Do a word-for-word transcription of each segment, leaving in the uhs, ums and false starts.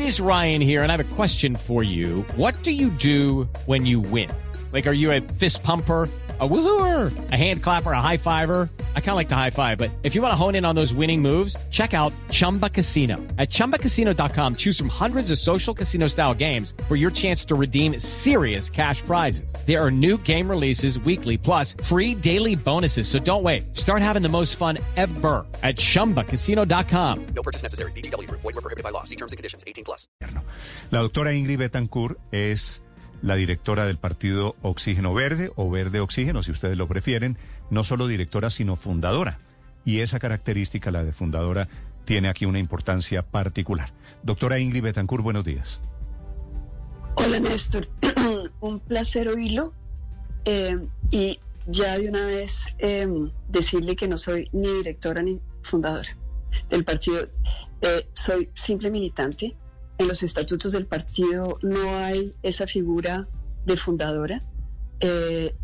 It is Ryan here, and I have a question for you. What do you do when you win? Like, are you a fist pumper, a woohooer, a hand clapper, a high fiver? I kind of like the high five, but if you want to hone in on those winning moves, check out Chumba Casino. At chumba casino dot com, choose from hundreds of social casino style games for your chance to redeem serious cash prizes. There are new game releases weekly, plus free daily bonuses. So don't wait. Start having the most fun ever at chumba casino dot com. No purchase necessary. V G W Group. Void where prohibited by law. See terms and conditions. eighteen plus. La doctora Ingrid Betancourt es la directora del partido Oxígeno Verde, o Verde Oxígeno, si ustedes lo prefieren, no solo directora, sino fundadora. Y esa característica, la de fundadora, tiene aquí una importancia particular. Doctora Ingrid Betancourt, buenos días. Hola, Néstor. Un placer oírlo. Eh, y ya de una vez eh, decirle que no soy ni directora ni fundadora del partido. Eh, soy simple militante. En los estatutos del partido no hay esa figura de fundadora. Eh,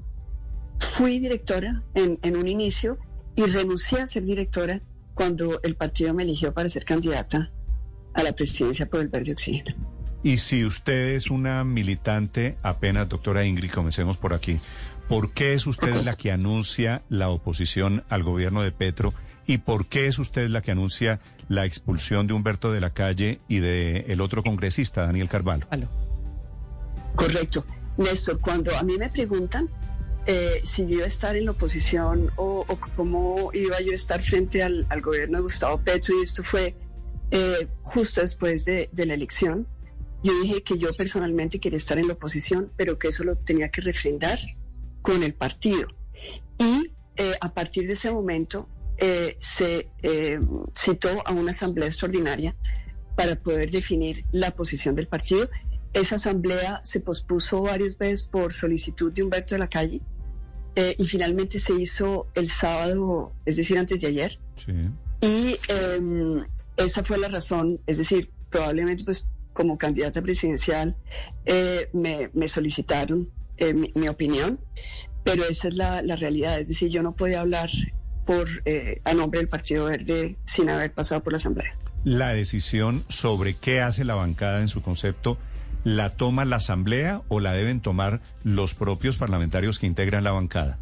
fui directora en, en un inicio y renuncié a ser directora cuando el partido me eligió para ser candidata a la presidencia por el Verde Oxígeno. Y si usted es una militante, apenas, doctora Ingrid, comencemos por aquí, ¿por qué es usted la que anuncia la oposición al gobierno de Petro? ¿Y por qué es usted la que anuncia la expulsión de Humberto de la Calle y de el otro congresista, Daniel Carvalho? Correcto. Néstor, cuando a mí me preguntan eh, si yo iba a estar en la oposición o, o cómo iba yo a estar frente al, al gobierno de Gustavo Petro, y esto fue eh, justo después de, de la elección, yo dije que yo personalmente quería estar en la oposición, pero que eso lo tenía que refrendar con el partido. Y eh, a partir de ese momento eh, se eh, citó a una asamblea extraordinaria para poder definir la posición del partido. Esa asamblea se pospuso varias veces por solicitud de Humberto de la Calle eh, y finalmente se hizo el sábado, es decir, antes de ayer. Sí. Y eh, esa fue la razón, es decir, probablemente pues como candidata presidencial eh, me, me solicitaron eh, mi, mi opinión, pero esa es la, la realidad, es decir, yo no podía hablar por eh, a nombre del Partido Verde sin haber pasado por la asamblea. La decisión sobre qué hace la bancada en su concepto, ¿la toma la asamblea o la deben tomar los propios parlamentarios que integran la bancada?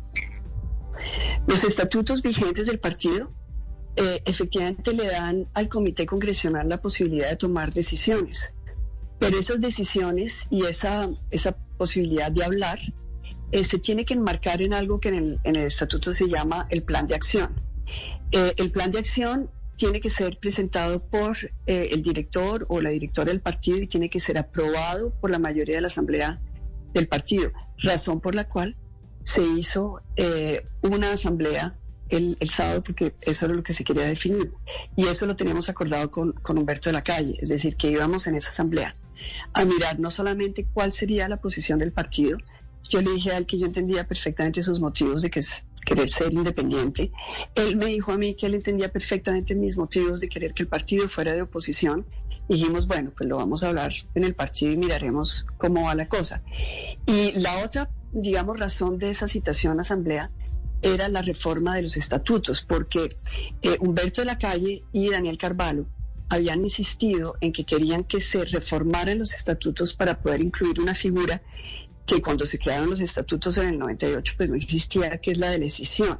Los estatutos vigentes del partido eh, efectivamente le dan al comité congresional la posibilidad de tomar decisiones, pero esas decisiones y esa, esa posibilidad de hablar eh, se tiene que enmarcar en algo que en el, en el estatuto se llama el plan de acción. Eh, el plan de acción tiene que ser presentado por eh, el director o la directora del partido y tiene que ser aprobado por la mayoría de la asamblea del partido, razón por la cual se hizo eh, una asamblea el, el sábado, porque eso era lo que se quería definir, y eso lo teníamos acordado con, con Humberto de la Calle, es decir, que íbamos en esa asamblea a mirar no solamente cuál sería la posición del partido. Yo le dije a él que yo entendía perfectamente sus motivos de que es querer ser independiente. Él me dijo a mí que él entendía perfectamente mis motivos de querer que el partido fuera de oposición. Dijimos, bueno, pues lo vamos a hablar en el partido y miraremos cómo va la cosa. Y la otra, digamos, razón de esa citación a asamblea era la reforma de los estatutos, porque eh, Humberto de la Calle y Daniel Carvalho habían insistido en que querían que se reformaran los estatutos para poder incluir una figura que cuando se crearon los estatutos en el noventa y ocho pues no existía, que es la de la decisión.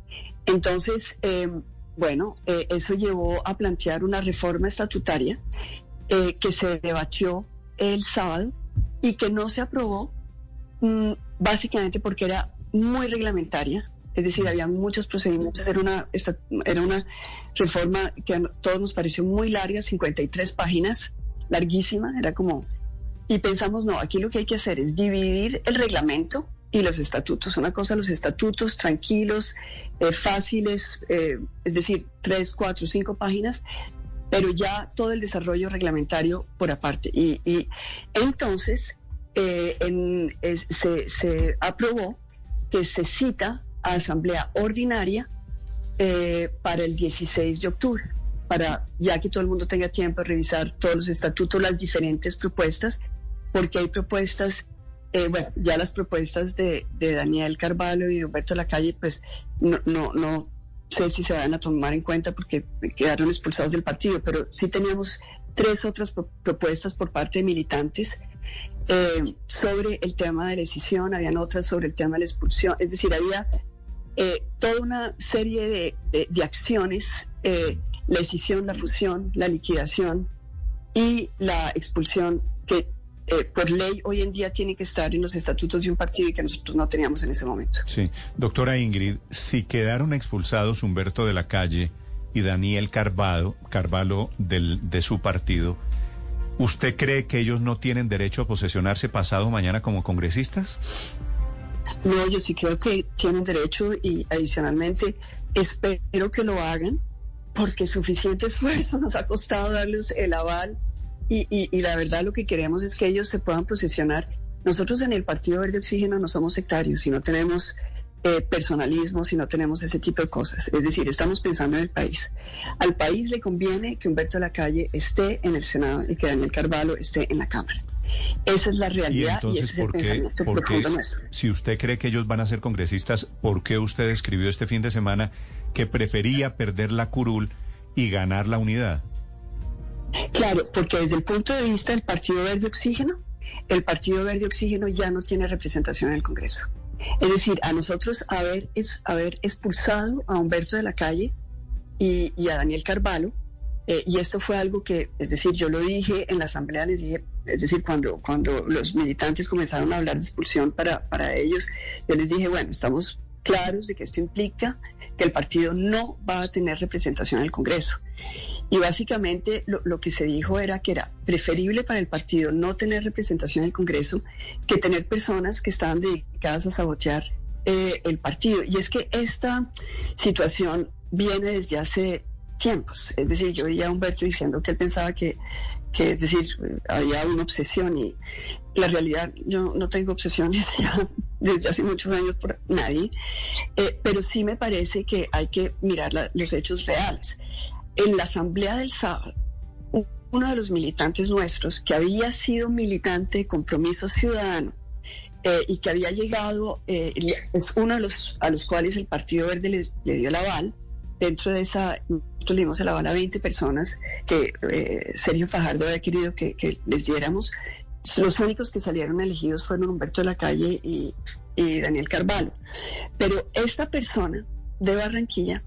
Entonces, eh, bueno, eh, eso llevó a plantear una reforma estatutaria eh, que se debatió el sábado y que no se aprobó mmm, básicamente porque era muy reglamentaria, es decir, había muchos procedimientos, era una, era una reforma que a todos nos pareció muy larga, cincuenta y tres páginas, larguísima, era como... Y pensamos, no, aquí lo que hay que hacer es dividir el reglamento y los estatutos. Una cosa, los estatutos tranquilos, eh, fáciles, eh, es decir, tres, cuatro, cinco páginas, pero ya todo el desarrollo reglamentario por aparte. Y, y entonces eh, en, es, se, se aprobó que se cita a asamblea ordinaria eh, para el dieciséis de octubre, para ya que todo el mundo tenga tiempo de revisar todos los estatutos, las diferentes propuestas, porque hay propuestas, eh, bueno, ya las propuestas de, de Daniel Carvalho y de Humberto de la Calle, pues no, no, no sé si se van a tomar en cuenta porque quedaron expulsados del partido, pero sí teníamos tres otras pro- propuestas por parte de militantes eh, sobre el tema de la decisión, habían otras sobre el tema de la expulsión, es decir, había eh, toda una serie de, de, de acciones, eh, la decisión, la fusión, la liquidación y la expulsión que eh, por ley hoy en día tiene que estar en los estatutos de un partido y que nosotros no teníamos en ese momento. Sí, doctora Ingrid, si quedaron expulsados Humberto de la Calle y Daniel Carvalho, Carvalho del, de su partido, ¿usted cree que ellos no tienen derecho a posesionarse pasado mañana como congresistas? No, yo sí creo que tienen derecho y adicionalmente espero que lo hagan porque suficiente esfuerzo nos ha costado darles el aval y, y, y la verdad lo que queremos es que ellos se puedan posesionar. Nosotros en el Partido Verde Oxígeno no somos sectarios y no tenemos eh, personalismo, si no tenemos ese tipo de cosas. Es decir, estamos pensando en el país. Al país le conviene que Humberto de la Calle esté en el Senado y que Daniel Carvalho esté en la Cámara. Esa es la realidad y, y ese es el pensamiento profundo nuestro. Si usted cree que ellos van a ser congresistas, ¿por qué usted escribió este fin de semana que prefería perder la curul y ganar la unidad? Claro, porque desde el punto de vista del Partido Verde Oxígeno, el Partido Verde Oxígeno ya no tiene representación en el Congreso. Es decir, a nosotros haber, es, haber expulsado a Humberto de la Calle y, y a Daniel Carvalho, eh, y esto fue algo que, es decir, yo lo dije en la asamblea, les dije, es decir, cuando, cuando los militantes comenzaron a hablar de expulsión para, para ellos, yo les dije, bueno, estamos claros de que esto implica que el partido no va a tener representación en el Congreso. Y básicamente lo, lo que se dijo era que era preferible para el partido no tener representación en el Congreso que tener personas que estaban dedicadas a sabotear eh, el partido. Y es que esta situación viene desde hace tiempos. Es decir, yo oía a Humberto diciendo que él pensaba que, que es decir, había una obsesión y la realidad, yo no tengo obsesiones ya desde hace muchos años por nadie, eh, pero sí me parece que hay que mirar la, los hechos reales. En la asamblea del sábado, uno de los militantes nuestros, que había sido militante de Compromiso Ciudadano eh, y que había llegado, eh, es uno de los a los cuales el Partido Verde le, le dio el aval, dentro de esa, nosotros le dimos el aval a veinte personas que eh, Sergio Fajardo había querido que, que les diéramos. Los únicos que salieron elegidos fueron Humberto de la Calle y, y Daniel Carvalho. Pero esta persona de Barranquilla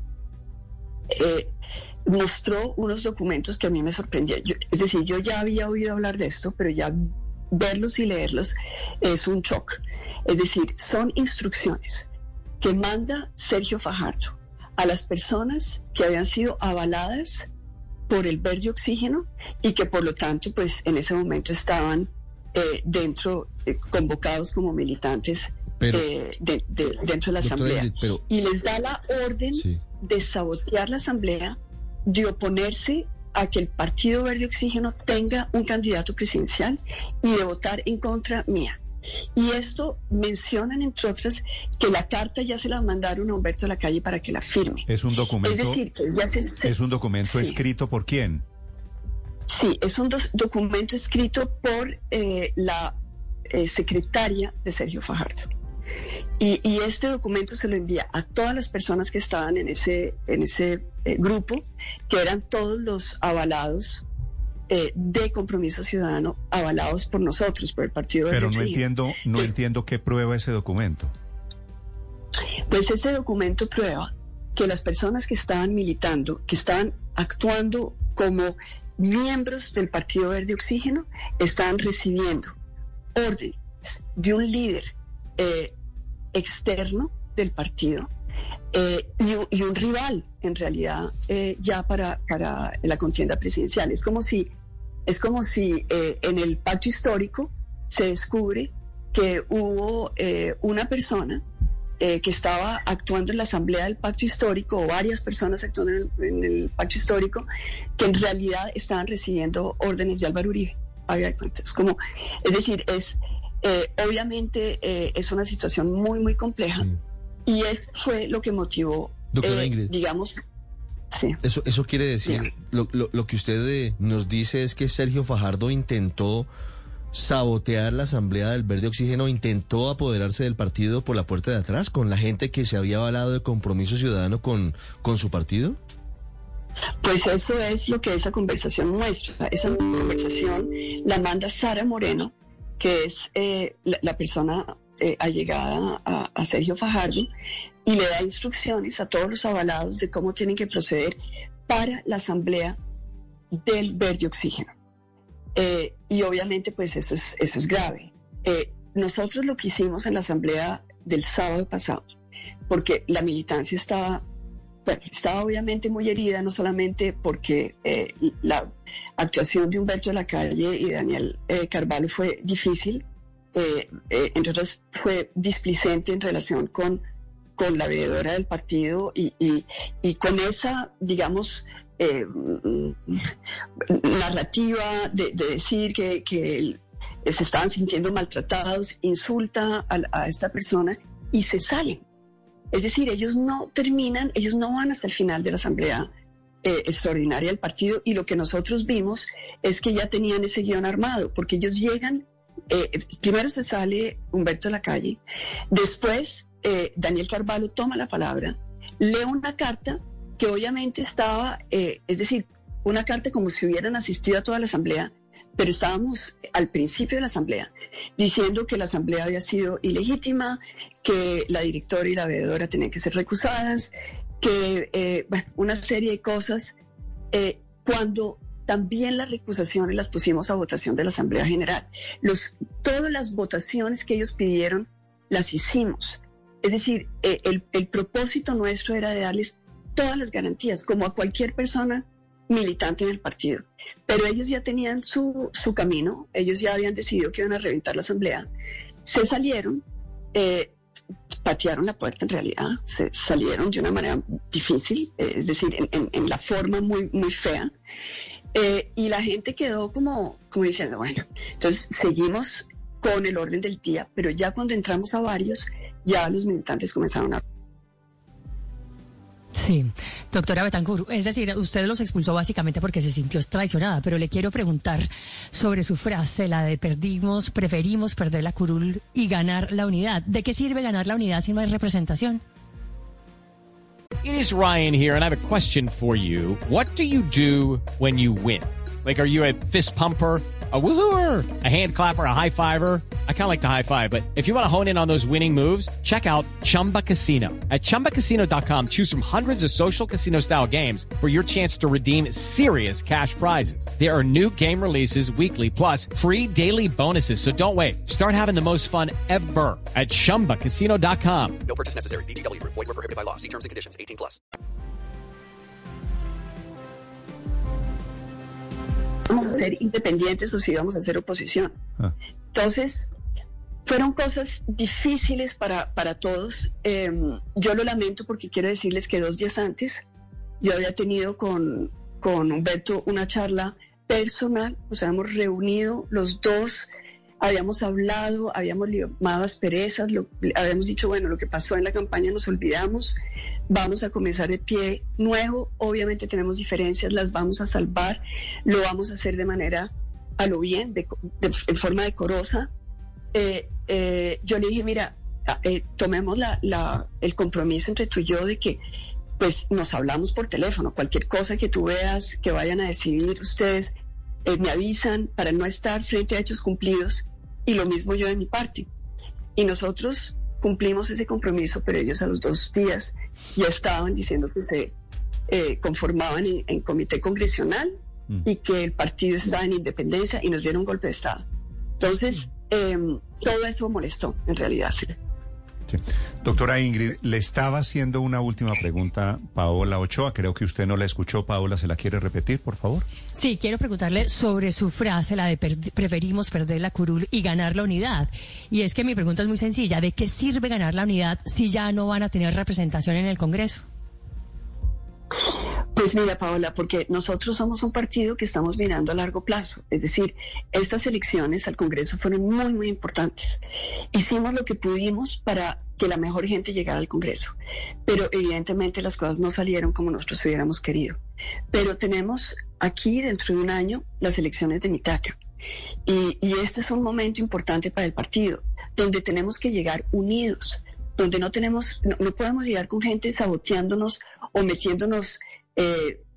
eh, mostró unos documentos que a mí me sorprendían. Yo, es decir, yo ya había oído hablar de esto, pero ya verlos y leerlos es un shock. Es decir, son instrucciones que manda Sergio Fajardo a las personas que habían sido avaladas por el Verde Oxígeno y que por lo tanto pues en ese momento estaban eh, dentro, eh, convocados como militantes pero, eh, de, de, dentro de la asamblea. Ingrid, pero, y les da la orden sí. de sabotear la asamblea, de oponerse a que el Partido Verde Oxígeno tenga un candidato presidencial y de votar en contra mía. Y esto mencionan, entre otras, que la carta ya se la mandaron a Humberto de la Calle para que la firme. Es un documento, es decir, que ya se, se, ¿es un documento sí. escrito por quién? Sí, es un do, documento escrito por eh, la eh, secretaria de Sergio Fajardo. Y, y este documento se lo envía a todas las personas que estaban en ese, en ese eh, grupo, que eran todos los avalados eh, de Compromiso Ciudadano, avalados por nosotros, por el Partido Verde Oxígeno. Pero no entiendo, no pues, entiendo qué prueba ese documento. Pues ese documento prueba que las personas que estaban militando, que estaban actuando como miembros del Partido Verde Oxígeno, estaban recibiendo órdenes de un líder eh, externo del partido eh, y, y un rival, en realidad, eh, ya para, para la contienda presidencial. Es como si, es como si eh, en el pacto histórico se descubre que hubo eh, una persona eh, que estaba actuando en la asamblea del pacto histórico, o varias personas actuando en el, en el pacto histórico, que en realidad estaban recibiendo órdenes de Álvaro Uribe. Es como, es decir, es eh, obviamente eh, es una situación muy, muy compleja, sí. Y eso fue lo que motivó, Doctora eh, Ingrid, digamos, sí. Eso, eso quiere decir, sí. lo, lo, lo que usted eh, nos dice es que Sergio Fajardo intentó sabotear la asamblea del Verde Oxígeno, intentó apoderarse del partido por la puerta de atrás, con la gente que se había avalado de Compromiso Ciudadano con, con su partido. Pues eso es lo que esa conversación muestra. Esa conversación la manda Sara Moreno, que es eh, la, la persona eh, allegada a, a Sergio Fajardo, y le da instrucciones a todos los avalados de cómo tienen que proceder para la asamblea del Verde Oxígeno. Eh, y obviamente pues eso es, eso es grave. Eh, nosotros lo que hicimos en la asamblea del sábado pasado, porque la militancia estaba, bueno, estaba obviamente muy herida, no solamente porque eh, la actuación de Humberto de la Calle y Daniel eh, Carvalho fue difícil, eh, eh, entre otras fue displicente en relación con, con la veedora del partido y, y, y con esa, digamos, eh, narrativa de, de decir que, que el, se estaban sintiendo maltratados, insulta a, a esta persona y se salen. Es decir, ellos no terminan, ellos no van hasta el final de la asamblea eh, extraordinaria del partido, y lo que nosotros vimos es que ya tenían ese guión armado, porque ellos llegan, eh, primero se sale Humberto de la Calle, después eh, Daniel Carvalho toma la palabra, lee una carta que obviamente estaba, eh, es decir, una carta como si hubieran asistido a toda la asamblea, pero estábamos al principio de la asamblea diciendo que la asamblea había sido ilegítima, que la directora y la veedora tenían que ser recusadas, que eh, bueno, una serie de cosas, eh, cuando también las recusaciones las pusimos a votación de la Asamblea General. Los, todas las votaciones que ellos pidieron las hicimos. Es decir, eh, el, el propósito nuestro era de darles todas las garantías, como a cualquier persona militante en el partido. Pero ellos ya tenían su, su camino, ellos ya habían decidido que iban a reventar la asamblea, se salieron, eh, patearon la puerta en realidad, se salieron de una manera difícil, eh, es decir, en, en, en la forma muy, muy fea, eh, y la gente quedó como, como diciendo, bueno, entonces seguimos con el orden del día, pero ya cuando entramos a varios, ya los militantes comenzaron a... Sí, doctora Betancur, es decir, usted los expulsó básicamente porque se sintió traicionada, pero le quiero preguntar sobre su frase, la de perdimos, preferimos perder la curul y ganar la unidad. ¿De qué sirve ganar la unidad si no hay representación? It is Ryan here, and I have a question for you. What do you do when you win? Like, are you a fist pumper, a woohooer, a hand clapper, a high fiver? I kind of like the high five, but if you want to hone in on those winning moves, check out Chumba Casino. At chumba casino dot com, choose from hundreds of social casino style games for your chance to redeem serious cash prizes. There are new game releases weekly, plus free daily bonuses. So don't wait. Start having the most fun ever at chumba casino dot com. No purchase necessary. V G W Group. Void where prohibited by law. See terms and conditions. eighteen plus. ¿Vamos a ser independientes o si vamos a hacer oposición? Ah. Entonces, fueron cosas difíciles para, para todos. Eh, yo lo lamento porque quiero decirles que dos días antes yo había tenido con, con Humberto una charla personal, nos habíamos reunido los dos, habíamos hablado, habíamos limado asperezas, lo, habíamos dicho, bueno, lo que pasó en la campaña nos olvidamos, vamos a comenzar de pie nuevo, obviamente tenemos diferencias, las vamos a salvar, lo vamos a hacer de manera a lo bien, de, de, en forma decorosa. Eh, eh, yo le dije, mira, eh, tomemos la, la, el compromiso entre tú y yo de que pues nos hablamos por teléfono, cualquier cosa que tú veas que vayan a decidir ustedes, eh, me avisan para no estar frente a hechos cumplidos, y lo mismo yo de mi parte. Y nosotros cumplimos ese compromiso, pero ellos a los dos días ya estaban diciendo que se eh, conformaban en, en comité congresional mm. y que el partido estaba en independencia y nos dieron un golpe de Estado. Entonces, eh, todo eso molestó, en realidad. Sí. Sí. Doctora Ingrid, le estaba haciendo una última pregunta Paola Ochoa. Creo que usted no la escuchó. Paola, ¿se la quiere repetir, por favor? Sí, quiero preguntarle sobre su frase, la de per- preferimos perder la curul y ganar la unidad. Y es que mi pregunta es muy sencilla. ¿De qué sirve ganar la unidad si ya no van a tener representación en el Congreso? Pues mira, Paola, porque nosotros somos un partido que estamos mirando a largo plazo. Es decir, estas elecciones al Congreso fueron muy, muy importantes. Hicimos lo que pudimos para que la mejor gente llegara al Congreso. Pero evidentemente las cosas no salieron como nosotros hubiéramos querido. Pero tenemos aquí, dentro de un año, las elecciones de Mitaca. Y, y este es un momento importante para el partido, donde tenemos que llegar unidos, donde no tenemos, no, no podemos llegar con gente saboteándonos o metiéndonos eh,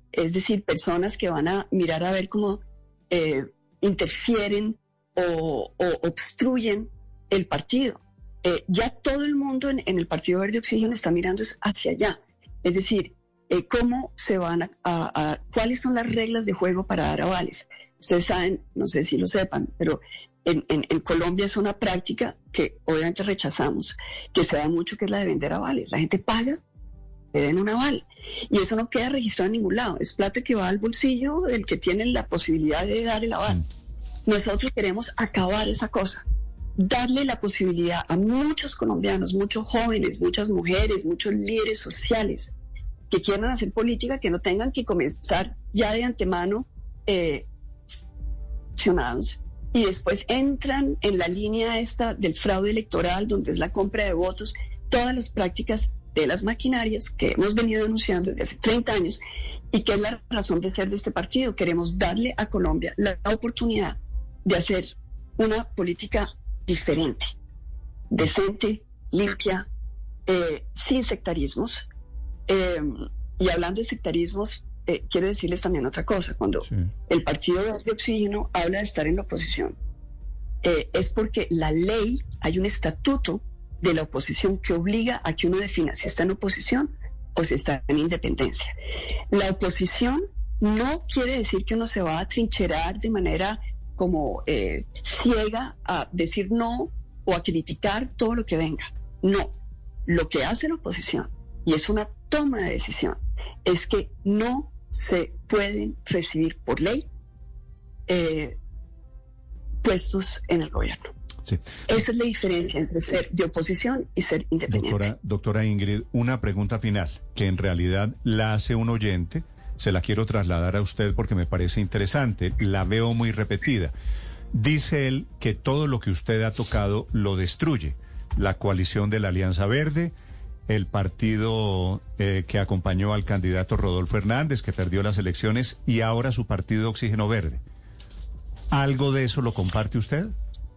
es decir, personas que van a mirar a ver cómo eh, interfieren o, o obstruyen el partido. Eh, ya todo el mundo en, en el Partido Verde Oxígeno está mirando hacia allá. Es decir, eh, cómo se van a, a, a, cuáles son las reglas de juego para dar avales. Ustedes saben, no sé si lo sepan, pero en, en, en Colombia es una práctica que obviamente rechazamos, que se da mucho, que es la de vender avales. La gente paga, le den un aval, y eso no queda registrado en ningún lado. Es plata que va al bolsillo del que tiene la posibilidad de dar el aval. Nosotros queremos acabar esa cosa, darle la posibilidad a muchos colombianos, muchos jóvenes, muchas mujeres, muchos líderes sociales que quieran hacer política, que no tengan que comenzar ya de antemano eh, sancionados, y después entran en la línea esta del fraude electoral, donde es la compra de votos, todas las prácticas de las maquinarias que hemos venido denunciando desde hace treinta años, y que es la razón de ser de este partido. Queremos darle a Colombia la oportunidad de hacer una política diferente, decente, limpia, eh, sin sectarismos. Eh, y hablando de sectarismos, eh, quiero decirles también otra cosa. Cuando sí. el Partido Verde Oxígeno habla de estar en la oposición, eh, es porque la ley, hay un estatuto de la oposición que obliga a que uno defina si está en oposición o si está en independencia. La oposición no quiere decir que uno se va a trincherar de manera como eh, ciega a decir no o a criticar todo lo que venga. No, lo que hace la oposición, y es una toma de decisión, es que no se pueden recibir por ley eh, puestos en el gobierno. Sí. Esa es la diferencia entre ser de oposición y ser independiente. Doctora, doctora Ingrid, una pregunta final, que en realidad la hace un oyente. Se la quiero trasladar a usted porque me parece interesante, la veo muy repetida. Dice él que todo lo que usted ha tocado lo destruye. La coalición de la Alianza Verde, el partido eh, que acompañó al candidato Rodolfo Hernández, que perdió las elecciones, y ahora su partido Oxígeno Verde. ¿Algo de eso lo comparte usted?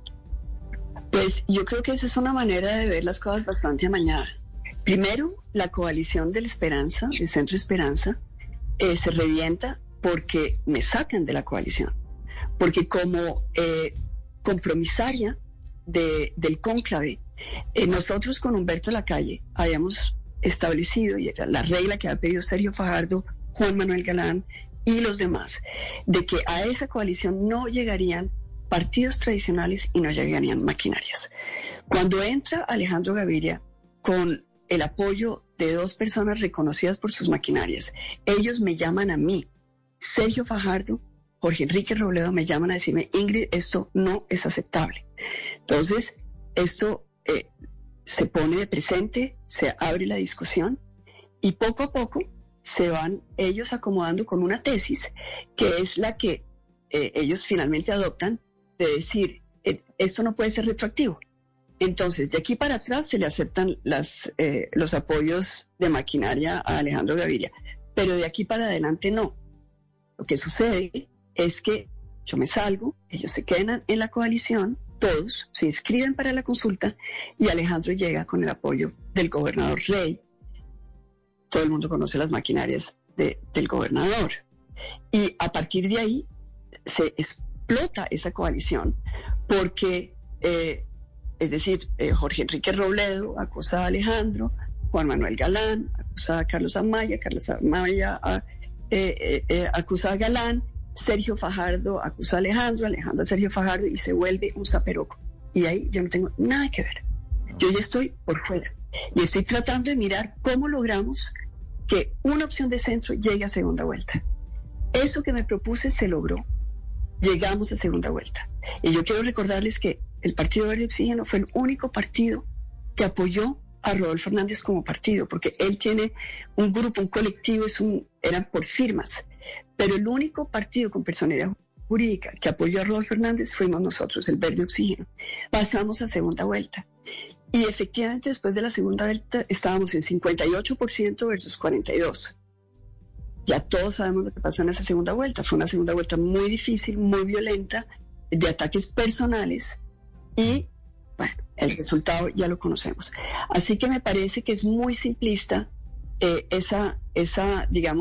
Pues yo creo que esa es una manera de ver las cosas bastante amañada. Primero, la coalición de la Esperanza, el Centro Esperanza, Eh, se revienta porque me sacan de la coalición, porque como eh, compromisaria de, del cónclave, eh, nosotros con Humberto Lacalle habíamos establecido, y era la regla que había pedido Sergio Fajardo, Juan Manuel Galán y los demás, de que a esa coalición no llegarían partidos tradicionales y no llegarían maquinarias. Cuando entra Alejandro Gaviria con el apoyo de dos personas reconocidas por sus maquinarias, ellos me llaman a mí, Sergio Fajardo, Jorge Enrique Robledo, me llaman a decirme: Ingrid, esto no es aceptable. Entonces, esto eh, se pone de presente, se abre la discusión, y poco a poco se van ellos acomodando con una tesis que es la que eh, ellos finalmente adoptan, de decir, eh, esto no puede ser retroactivo. Entonces, de aquí para atrás se le aceptan las, eh, los apoyos de maquinaria a Alejandro Gaviria, pero de aquí para adelante no. Lo que sucede es que yo me salgo, ellos se quedan en la coalición, todos se inscriben para la consulta, y Alejandro llega con el apoyo del gobernador Rey. Todo el mundo conoce las maquinarias de, del gobernador. Y a partir de ahí se explota esa coalición, porque... Eh, Es decir, eh, Jorge Enrique Robledo acusa a Alejandro, Juan Manuel Galán acusa a Carlos Amaya, Carlos Amaya a, eh, eh, eh, acusa a Galán, Sergio Fajardo acusa a Alejandro, Alejandro a Sergio Fajardo, y se vuelve un zaperoco. Y ahí yo no tengo nada que ver. Yo ya estoy por fuera. Y estoy tratando de mirar cómo logramos que una opción de centro llegue a segunda vuelta. Eso que me propuse se logró. Llegamos a segunda vuelta. Y yo quiero recordarles que el Partido Verde Oxígeno fue el único partido que apoyó a Rodolfo Hernández como partido, porque él tiene un grupo, un colectivo, es un, eran por firmas, pero el único partido con personería jurídica que apoyó a Rodolfo Hernández fuimos nosotros, el Verde Oxígeno. Pasamos a segunda vuelta, y efectivamente después de la segunda vuelta estábamos en cincuenta y ocho por ciento versus cuarenta y dos por ciento. Ya todos sabemos lo que pasó en esa segunda vuelta. Fue una segunda vuelta muy difícil, muy violenta, de ataques personales, y bueno, el resultado ya lo conocemos. Así que me parece que es muy simplista eh, esa, esa, digamos,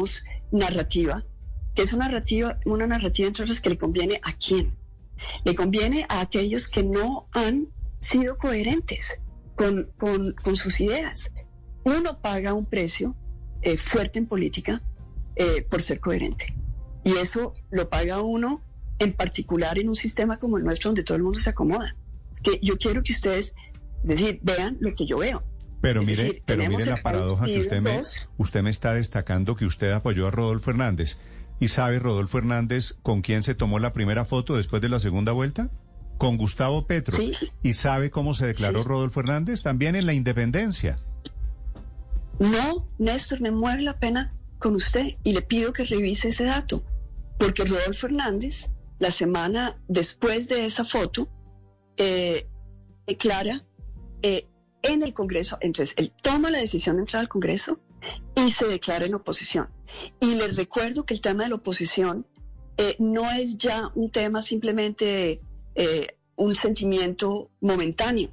narrativa, que es una narrativa, una narrativa entre otras que le conviene a quién. Le conviene a aquellos que no han sido coherentes con, con, con sus ideas. Uno paga un precio eh, fuerte en política eh, por ser coherente. Y eso lo paga uno en particular en un sistema como el nuestro donde todo el mundo se acomoda. Es que yo quiero que ustedes, es decir, vean lo que yo veo. Pero es mire, decir, pero mire la paradoja que usted me, usted me está destacando, que usted apoyó a Rodolfo Hernández. ¿Y sabe Rodolfo Hernández con quién se tomó la primera foto después de la segunda vuelta? Con Gustavo Petro. Sí. ¿Y sabe cómo se declaró Sí. Rodolfo Hernández? También en la independencia. No, Néstor, me muere la pena con usted y le pido que revise ese dato, porque Rodolfo Hernández, la semana después de esa foto, eh, declara eh, en el Congreso, entonces él toma la decisión de entrar al Congreso y se declara en oposición. Y les recuerdo que el tema de la oposición eh, no es ya un tema simplemente eh, un sentimiento momentáneo.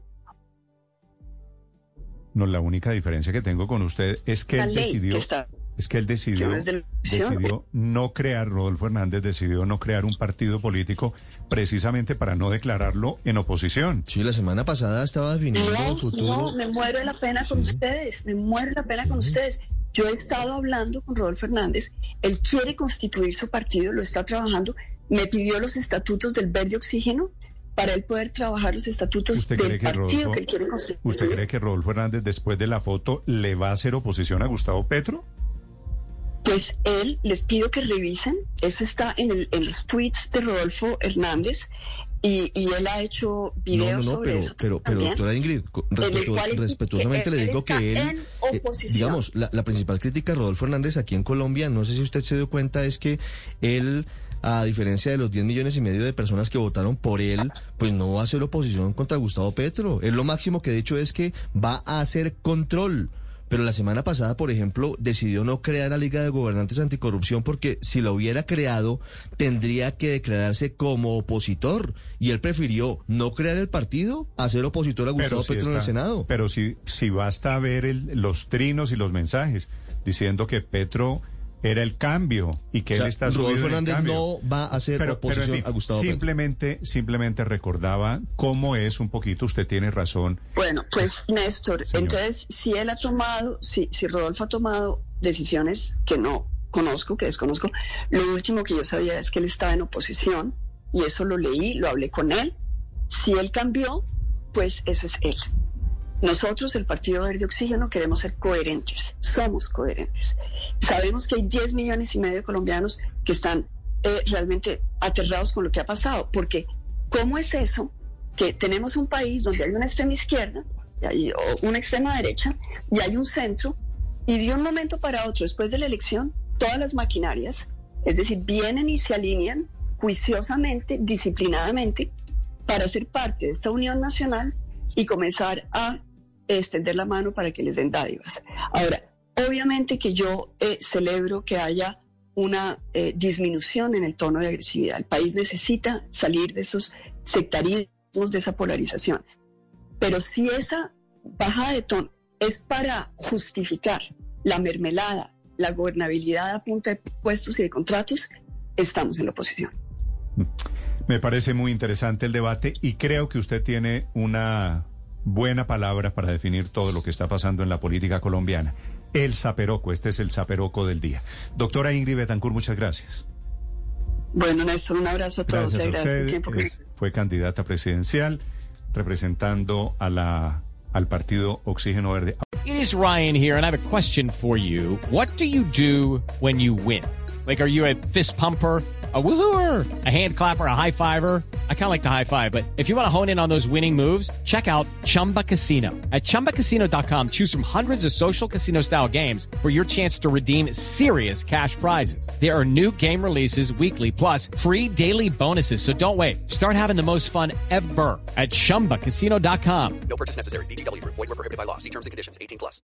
No, la única diferencia que tengo con usted es que La él ley decidió, que está, es que él decidió, que no es de la oposición. decidió no crear, Rodolfo Hernández decidió no crear un partido político precisamente para no declararlo en oposición. Sí, la semana pasada estaba definiendo No, el futuro. no, me muero de la pena con Sí. ustedes, me muero de la pena con ustedes. Yo he estado hablando con Rodolfo Hernández, él quiere constituir su partido, lo está trabajando, me pidió los estatutos del Verde Oxígeno para él poder trabajar los estatutos ¿Usted cree del que partido Rodolfo, que él quiere constituir. ¿Usted cree que Rodolfo Hernández después de la foto le va a hacer oposición a Gustavo Petro? Pues él, les pido que revisen, eso está en, el, en los tweets de Rodolfo Hernández y, y él ha hecho No, videos no, no, sobre pero, eso pero, pero también. doctora Ingrid, co- en el respetu- cual él- respetuosamente que le él digo está que él, en eh, oposición. digamos, la, la principal crítica a Rodolfo Hernández aquí en Colombia, no sé si usted se dio cuenta, es que él, a diferencia de los diez millones y medio de personas que votaron por él, pues no va a hacer oposición contra Gustavo Petro. Él lo máximo que ha dicho es que va a hacer control. Pero la semana pasada, por ejemplo, decidió no crear la Liga de Gobernantes Anticorrupción porque si lo hubiera creado, tendría que declararse como opositor. Y él prefirió no crear el partido a ser opositor a Gustavo si Petro en el está- Senado. Pero si, si basta ver el- los trinos y los mensajes diciendo que Petro era el cambio y que O sea, él está subido Rodolfo en el Hernández cambio. no va a hacer Pero, pero, en oposición fin, a Gustavo Petro. simplemente, simplemente recordaba cómo es un poquito, usted tiene razón. Bueno, pues Néstor, Señor. entonces si él ha tomado, si, si Rodolfo ha tomado decisiones que no conozco, que desconozco, lo último que yo sabía es que él estaba en oposición y eso lo leí, lo hablé con él. Si él cambió, pues eso es él. Nosotros, el Partido Verde Oxígeno, queremos ser coherentes, somos coherentes. Sabemos que hay diez millones y medio de colombianos que están eh, realmente aterrados con lo que ha pasado, porque ¿cómo es eso que tenemos un país donde hay una extrema izquierda y hay, o una extrema derecha y hay un centro y de un momento para otro, después de la elección, todas las maquinarias, es decir, vienen y se alinean juiciosamente, disciplinadamente, para ser parte de esta unión nacional y comenzar a extender la mano para que les den dádivas? Ahora, obviamente que yo eh, celebro que haya una eh, disminución en el tono de agresividad. El país necesita salir de esos sectarismos, de esa polarización. Pero si esa bajada de tono es para justificar la mermelada, la gobernabilidad a punta de puestos y de contratos, estamos en la oposición. Me parece muy interesante el debate y creo que usted tiene una buena palabra para definir todo lo que está pasando en la política colombiana. El zaperoco, este es el zaperoco del día. Doctora Ingrid Betancourt, muchas gracias. Bueno, Néstor, un abrazo a todos. Gracias Le a agradezco el usted. tiempo que... Es- fue candidata presidencial representando a la, al partido Oxígeno Verde. It is Ryan here, and I have a question for you. What do you do when you win? Like, are you a fist pumper, a woohooer, a hand clapper, a high fiver? I kind of like the high five, but if you want to hone in on those winning moves, check out Chumba Casino. At chumba casino dot com, choose from hundreds of social casino style games for your chance to redeem serious cash prizes. There are new game releases weekly, plus free daily bonuses. So don't wait. Start having the most fun ever at chumba casino dot com. No purchase necessary. V G W Group. Void where prohibited by law. See terms and conditions. eighteen plus.